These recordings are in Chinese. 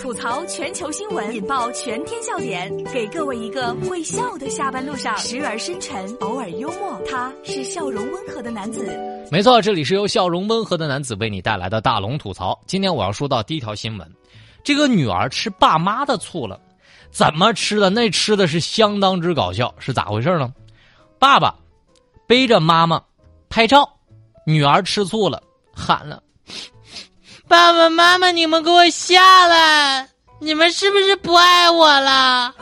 吐槽全球新闻，引爆全天笑点，给各位一个会笑的下班路上，时而深沉，偶尔幽默。他是笑容温和的男子。 没错，这里是由笑容温和的男子为你带来的大龙吐槽。今天我要说到第一条新闻，这个女儿吃爸妈的醋了，怎么吃的？那吃的是相当之搞笑，是咋回事呢？爸爸背着妈妈拍照，女儿吃醋了，喊了：爸爸妈妈，你们给我下来！你们是不是不爱我了？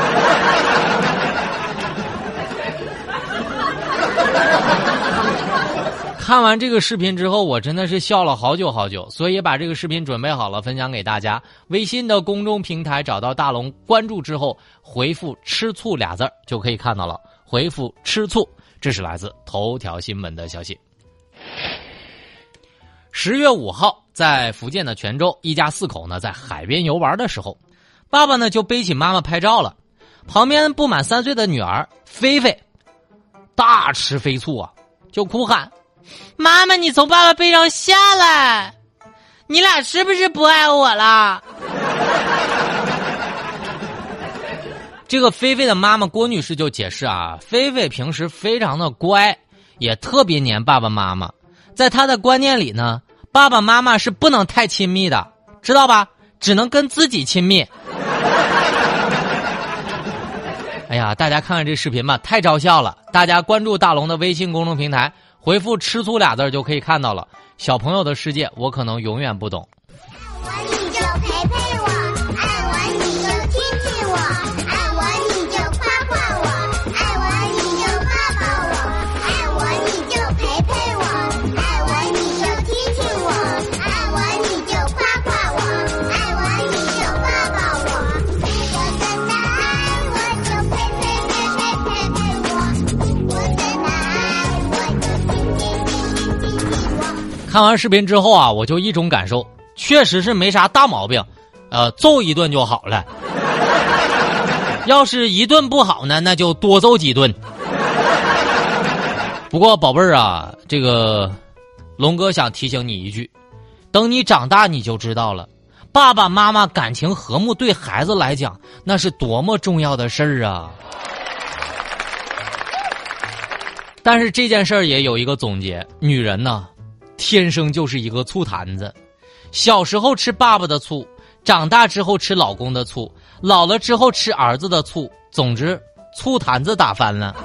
看完这个视频之后，我真的是笑了好久好久，所以也把这个视频准备好了，分享给大家。微信的公众平台找到大龙，关注之后回复吃醋俩字就可以看到了，回复吃醋。这是来自头条新闻的消息。10月5号，在福建的泉州，一家4口呢在海边游玩的时候，爸爸呢就背起妈妈拍照了，旁边不满3岁的女儿菲菲大吃飞醋啊，就哭喊：妈妈，你从爸爸背上下来！你俩是不是不爱我了？这个菲菲的妈妈郭女士就解释啊，菲菲平时非常的乖，也特别黏爸爸妈妈。在她的观念里呢，爸爸妈妈是不能太亲密的，知道吧？只能跟自己亲密。哎呀，大家看看这视频吧，太招笑了！大家关注大龙的微信公众平台，回复吃醋俩字就可以看到了。小朋友的世界，我可能永远不懂。 爱我你就陪陪我，爱我你就亲亲我，爱我你就夸夸我，爱我你就抱抱我，爱我你就陪陪我，爱我你就亲亲我，爱我你就夸夸我，爱我你就抱抱我。我真的爱我就陪陪我，我真的爱我就亲亲我。 看完视频之后啊，我就一种感受，确实是没啥大毛病，揍一顿就好了。要是一顿不好呢，那就多揍几顿。不过宝贝儿啊，这个龙哥想提醒你一句，等你长大你就知道了，爸爸妈妈感情和睦对孩子来讲那是多么重要的事儿啊。但是这件事儿也有一个总结，女人呢天生就是一个醋坛子，小时候吃爸爸的醋，长大之后吃老公的醋，老了之后吃儿子的醋，总之醋坛子打翻了。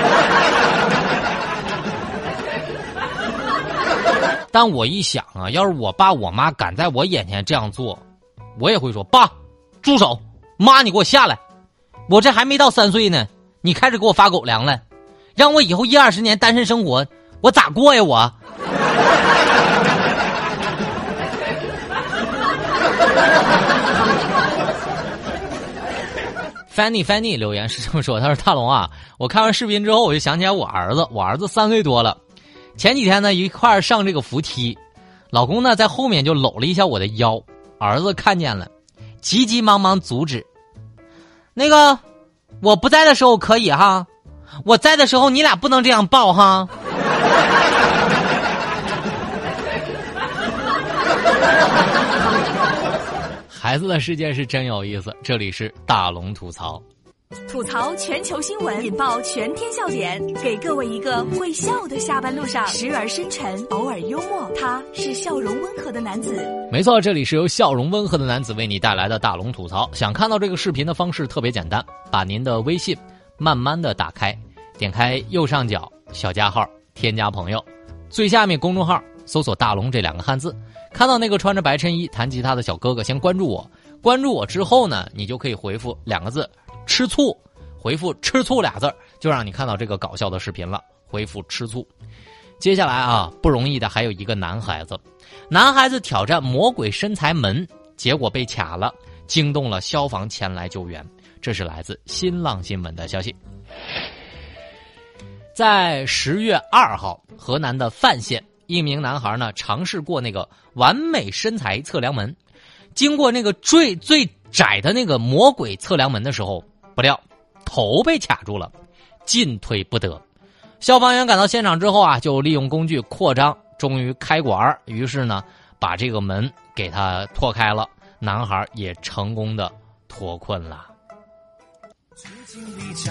但我一想啊，要是我爸我妈敢在我眼前这样做，我也会说：爸，住手！妈，你给我下来！我这还没到3岁呢，你开始给我发狗粮了，让我以后10-20年单身生活，我咋过呀我？Fanny 留言是这么说，他说：大龙啊，我看完视频之后我就想起来我儿子3岁多了，前几天呢一块儿上这个扶梯，老公呢在后面就搂了一下我的腰，儿子看见了，急急忙忙阻止，那个我不在的时候可以哈，我在的时候你俩不能这样抱哈。孩子的世界是真有意思，这里是大龙吐槽。 吐槽全球新闻，引爆全天笑点，给各位一个会笑的下班路上，时而深沉，偶尔幽默。他是笑容温和的男子。 没错，这里是由笑容温和的男子为你带来的大龙吐槽。想看到这个视频的方式特别简单，把您的微信慢慢的打开，点开右上角小加号，添加朋友，最下面公众号搜索大龙这2个汉字，看到那个穿着白衬衣弹吉他的小哥哥，先关注我。关注我之后呢，你就可以回复2个字吃醋，回复吃醋俩字就让你看到这个搞笑的视频了，回复吃醋。接下来啊，不容易的还有一个男孩子挑战魔鬼身材门，结果被卡了，惊动了消防前来救援。这是来自新浪新闻的消息。在10月2号，河南的范县一名男孩呢尝试过那个完美身材测量门，经过那个最窄的那个魔鬼测量门的时候，不料头被卡住了，进退不得。消防员赶到现场之后啊，就利用工具扩张，终于开关，于是呢把这个门给它拓开了。 男孩也成功的脱困了。 最近比较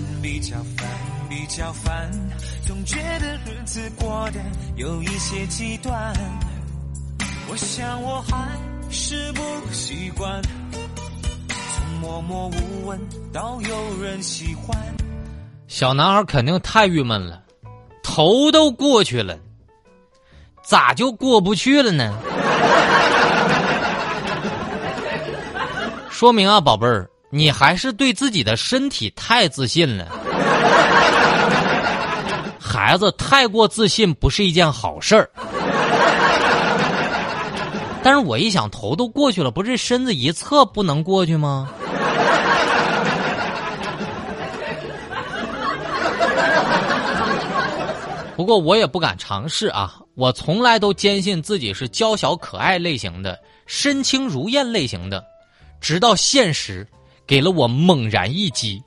烦，总觉得日子过得有一些极端。我想我还是不习惯，从默默无闻到有人喜欢。 小男孩肯定太郁闷了，头都过去了，咋就过不去了呢？说明啊，宝贝儿，你还是对自己的身体太自信了。孩子太过自信不是一件好事儿。但是我一想，头都过去了，不是身子一侧不能过去吗？不过我也不敢尝试啊，我从来都坚信自己是娇小可爱类型的，身轻如燕类型的，直到现实给了我猛然一击。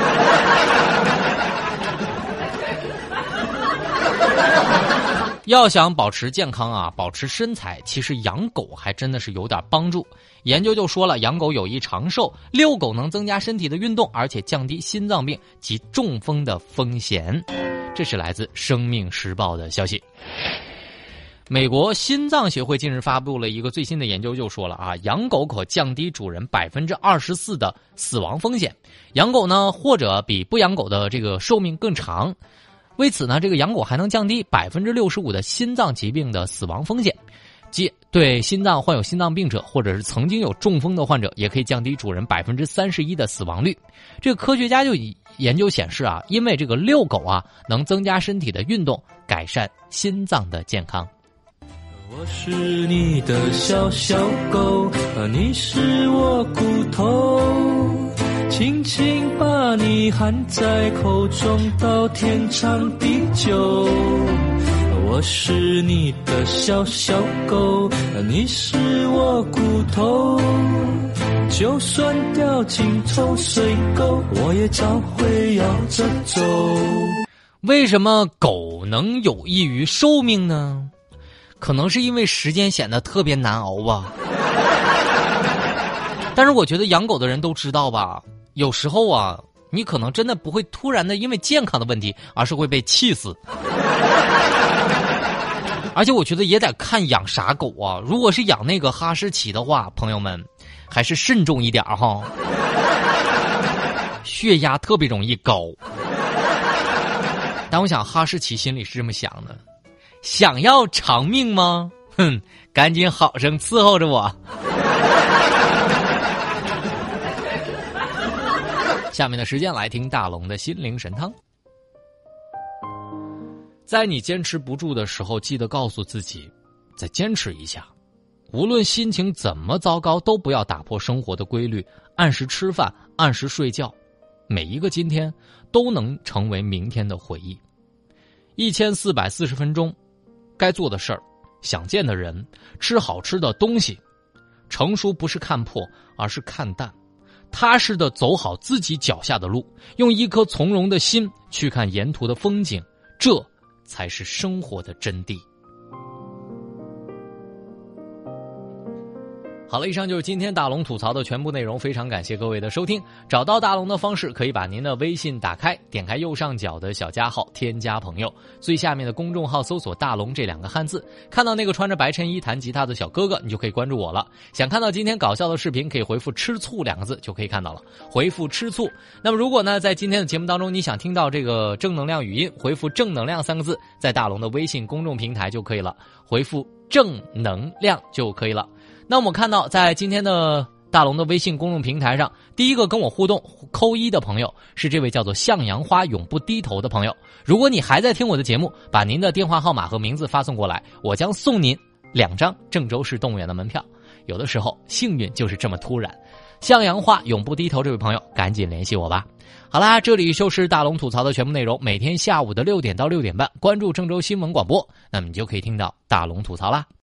要想保持健康啊，保持身材，其实养狗还真的是有点帮助。研究就说了，养狗有益长寿，遛狗能增加身体的运动，而且降低心脏病及中风的风险。这是来自《生命时报》的消息。美国心脏协会近日发布了一个最新的研究，就说了啊，养狗可降低主人24%的死亡风险。养狗呢，或者比不养狗的这个寿命更长。为此呢，这个养狗还能降低65%的心脏疾病的死亡风险，即对心脏患有心脏病者或者是曾经有中风的患者，也可以降低主人31%的死亡率。这个科学家就研究显示啊，因为这个遛狗啊，能增加身体的运动，改善心脏的健康。 我是你的小小狗，你是我骨头，轻轻把你含在口中，到天长地久。我是你的小小狗，你是我骨头，就算掉进臭水沟，我也照会摇着走。 为什么狗能有益于寿命呢？可能是因为时间显得特别难熬吧。但是我觉得养狗的人都知道吧，有时候啊，你可能真的不会突然的因为健康的问题，而是会被气死。而且我觉得也得看养啥狗啊，如果是养那个哈士奇的话，朋友们还是慎重一点哈，血压特别容易高。但我想哈士奇心里是这么想的，想要长命吗？哼，赶紧好生伺候着我。下面的时间来听大龙的心灵神汤。在你坚持不住的时候，记得告诉自己再坚持一下，无论心情怎么糟糕，都不要打破生活的规律，按时吃饭，按时睡觉，每一个今天都能成为明天的回忆。1440分钟，该做的事儿，想见的人，吃好吃的东西。成熟不是看破，而是看淡，踏实的走好自己脚下的路，用一颗从容的心去看沿途的风景，这才是生活的真谛。好了，以上就是今天大龙吐槽的全部内容，非常感谢各位的收听。找到大龙的方式，可以把您的微信打开，点开右上角的小加号，添加朋友，最下面的公众号搜索大龙这2个汉字，看到那个穿着白衬衣弹吉他的小哥哥，你就可以关注我了。想看到今天搞笑的视频，可以回复吃醋2个字就可以看到了，回复吃醋。那么如果呢，在今天的节目当中你想听到这个正能量语音，回复正能量3个字，在大龙的微信公众平台就可以了，回复正能量就可以了。那我们看到在今天的大龙的微信公众平台上，第一个跟我互动扣1的朋友是这位叫做向阳花永不低头的朋友。如果你还在听我的节目，把您的电话号码和名字发送过来，我将送您2张郑州市动物园的门票。有的时候幸运就是这么突然。向阳花永不低头这位朋友，赶紧联系我吧。好啦，这里就是大龙吐槽的全部内容，每天下午的6点到6点半，关注郑州新闻广播，那么你就可以听到大龙吐槽啦。